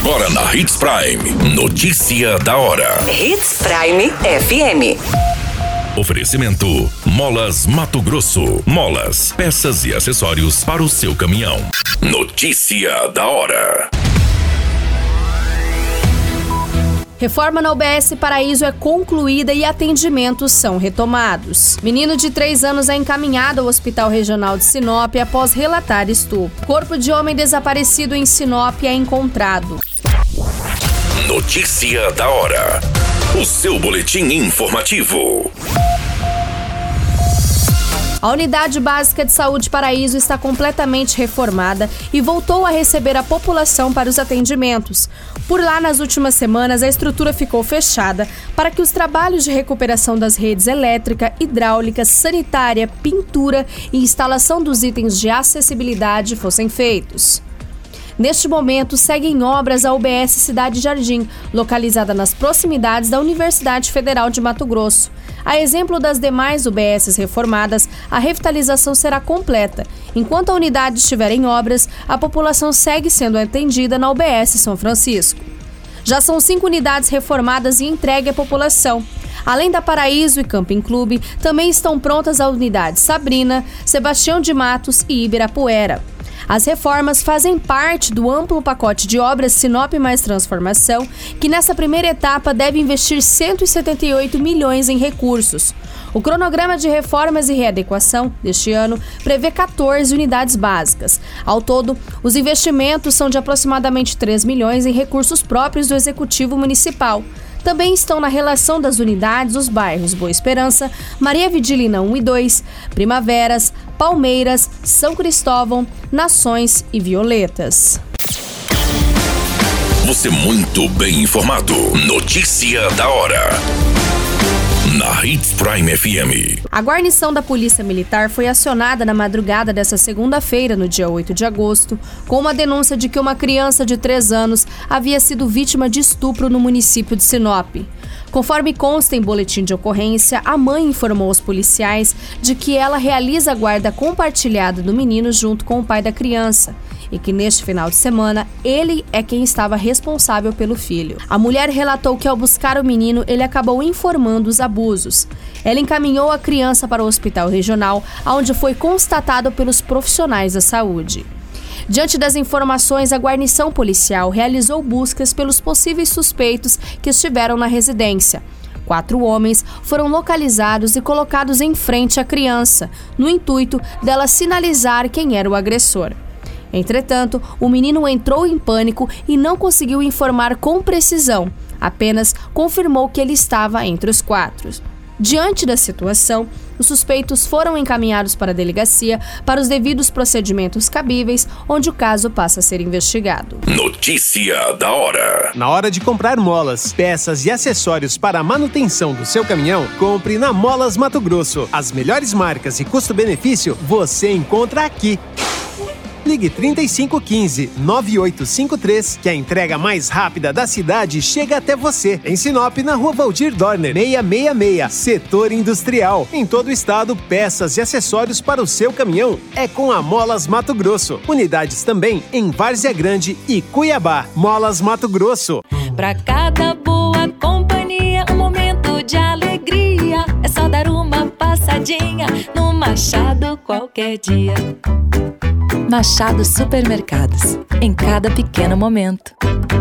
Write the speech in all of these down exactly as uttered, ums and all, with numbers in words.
Agora na Hits Prime, notícia da hora. Hits Prime F M. Oferecimento Molas Mato Grosso. Molas, peças e acessórios para o seu caminhão. Notícia da hora. Reforma na U B S Paraíso é concluída e atendimentos são retomados. Menino de três anos é encaminhado ao Hospital Regional de Sinop após relatar estupro. Corpo de homem desaparecido em Sinop é encontrado. Notícia da hora. O seu boletim informativo. A Unidade Básica de Saúde Paraíso está completamente reformada e voltou a receber a população para os atendimentos. Por lá, nas últimas semanas, a estrutura ficou fechada para que os trabalhos de recuperação das redes elétrica, hidráulica, sanitária, pintura e instalação dos itens de acessibilidade fossem feitos. Neste momento, seguem obras a U B S Cidade Jardim, localizada nas proximidades da Universidade Federal de Mato Grosso. A exemplo das demais U B Ss reformadas, a revitalização será completa. Enquanto a unidade estiver em obras, a população segue sendo atendida na U B S São Francisco. Já são cinco unidades reformadas e entregue à população. Além da Paraíso e Camping Clube, também estão prontas as unidades Sabrina, Sebastião de Matos e Ibirapuera. As reformas fazem parte do amplo pacote de obras Sinop Mais Transformação, que nessa primeira etapa deve investir cento e setenta e oito milhões em recursos. O cronograma de reformas e readequação deste ano prevê quatorze unidades básicas. Ao todo, os investimentos são de aproximadamente três milhões em recursos próprios do Executivo Municipal. Também estão na relação das unidades os bairros Boa Esperança, Maria Vidilina um e dois, Primaveras, Palmeiras, São Cristóvão, Nações e Violetas. Você muito bem informado. Notícia da hora. Na Hits Prime F M. A guarnição da Polícia Militar foi acionada na madrugada desta segunda-feira, no dia oito de agosto, com uma denúncia de que uma criança de três anos havia sido vítima de estupro no município de Sinop. Conforme consta em boletim de ocorrência, a mãe informou aos policiais de que ela realiza a guarda compartilhada do menino junto com o pai da criança e que neste final de semana ele é quem estava responsável pelo filho. A mulher relatou que ao buscar o menino, ele acabou informando os abusos. Ela encaminhou a criança para o hospital regional, onde foi constatado pelos profissionais da saúde. Diante das informações, a guarnição policial realizou buscas pelos possíveis suspeitos que estiveram na residência. Quatro homens foram localizados e colocados em frente à criança, no intuito dela sinalizar quem era o agressor. Entretanto, o menino entrou em pânico e não conseguiu informar com precisão, apenas confirmou que ele estava entre os quatro. Diante da situação, os suspeitos foram encaminhados para a delegacia para os devidos procedimentos cabíveis, onde o caso passa a ser investigado. Notícia da hora. Na hora de comprar molas, peças e acessórios para a manutenção do seu caminhão, compre na Molas Mato Grosso. As melhores marcas e custo-benefício você encontra aqui. Ligue trinta e cinco quinze, nove oito cinco três, que a entrega mais rápida da cidade chega até você. Em Sinop, na Rua Valdir Dorner, seiscentos e sessenta e seis, Setor Industrial. Em todo o estado, peças e acessórios para o seu caminhão é com a Molas Mato Grosso. Unidades também em Várzea Grande e Cuiabá. Molas Mato Grosso. Pra cada boa companhia, um momento de alegria. É só dar uma passadinha no Machado qualquer dia. Machado Supermercados, em cada pequeno momento.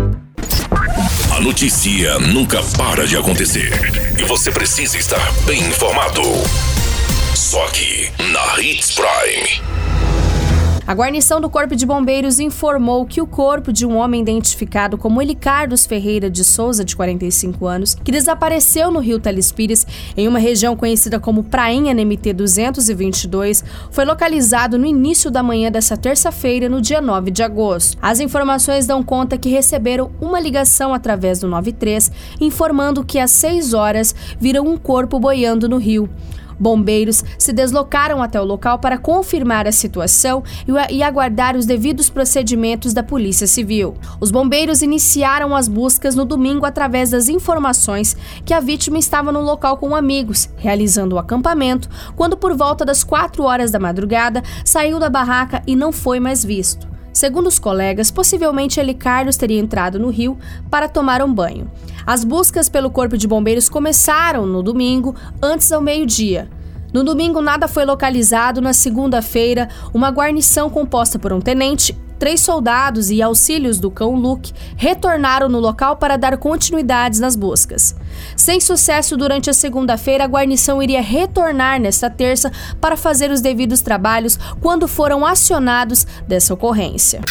A notícia nunca para de acontecer e você precisa estar bem informado. Só aqui, na Hits Prime. A guarnição do Corpo de Bombeiros informou que o corpo de um homem identificado como Elicardos Ferreira de Souza, de quarenta e cinco anos, que desapareceu no rio Telespires, em uma região conhecida como Prainha N M T duzentos e vinte e dois, foi localizado no início da manhã desta terça-feira, no dia nove de agosto. As informações dão conta que receberam uma ligação através do nove três, informando que às seis horas viram um corpo boiando no rio. Bombeiros se deslocaram até o local para confirmar a situação e aguardar os devidos procedimentos da Polícia Civil. Os bombeiros iniciaram as buscas no domingo através das informações que a vítima estava no local com amigos, realizando o acampamento, quando por volta das quatro horas da madrugada saiu da barraca e não foi mais visto. Segundo os colegas, possivelmente Eli Carlos teria entrado no rio para tomar um banho. As buscas pelo Corpo de Bombeiros começaram no domingo, antes ao meio-dia. No domingo, nada foi localizado. Na segunda-feira, uma guarnição composta por um tenente, três soldados e auxílios do cão Luke retornaram no local para dar continuidades nas buscas. Sem sucesso durante a segunda-feira, a guarnição iria retornar nesta terça para fazer os devidos trabalhos quando foram acionados dessa ocorrência.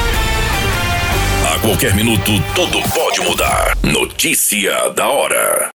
A qualquer minuto, tudo pode mudar. Notícia da hora.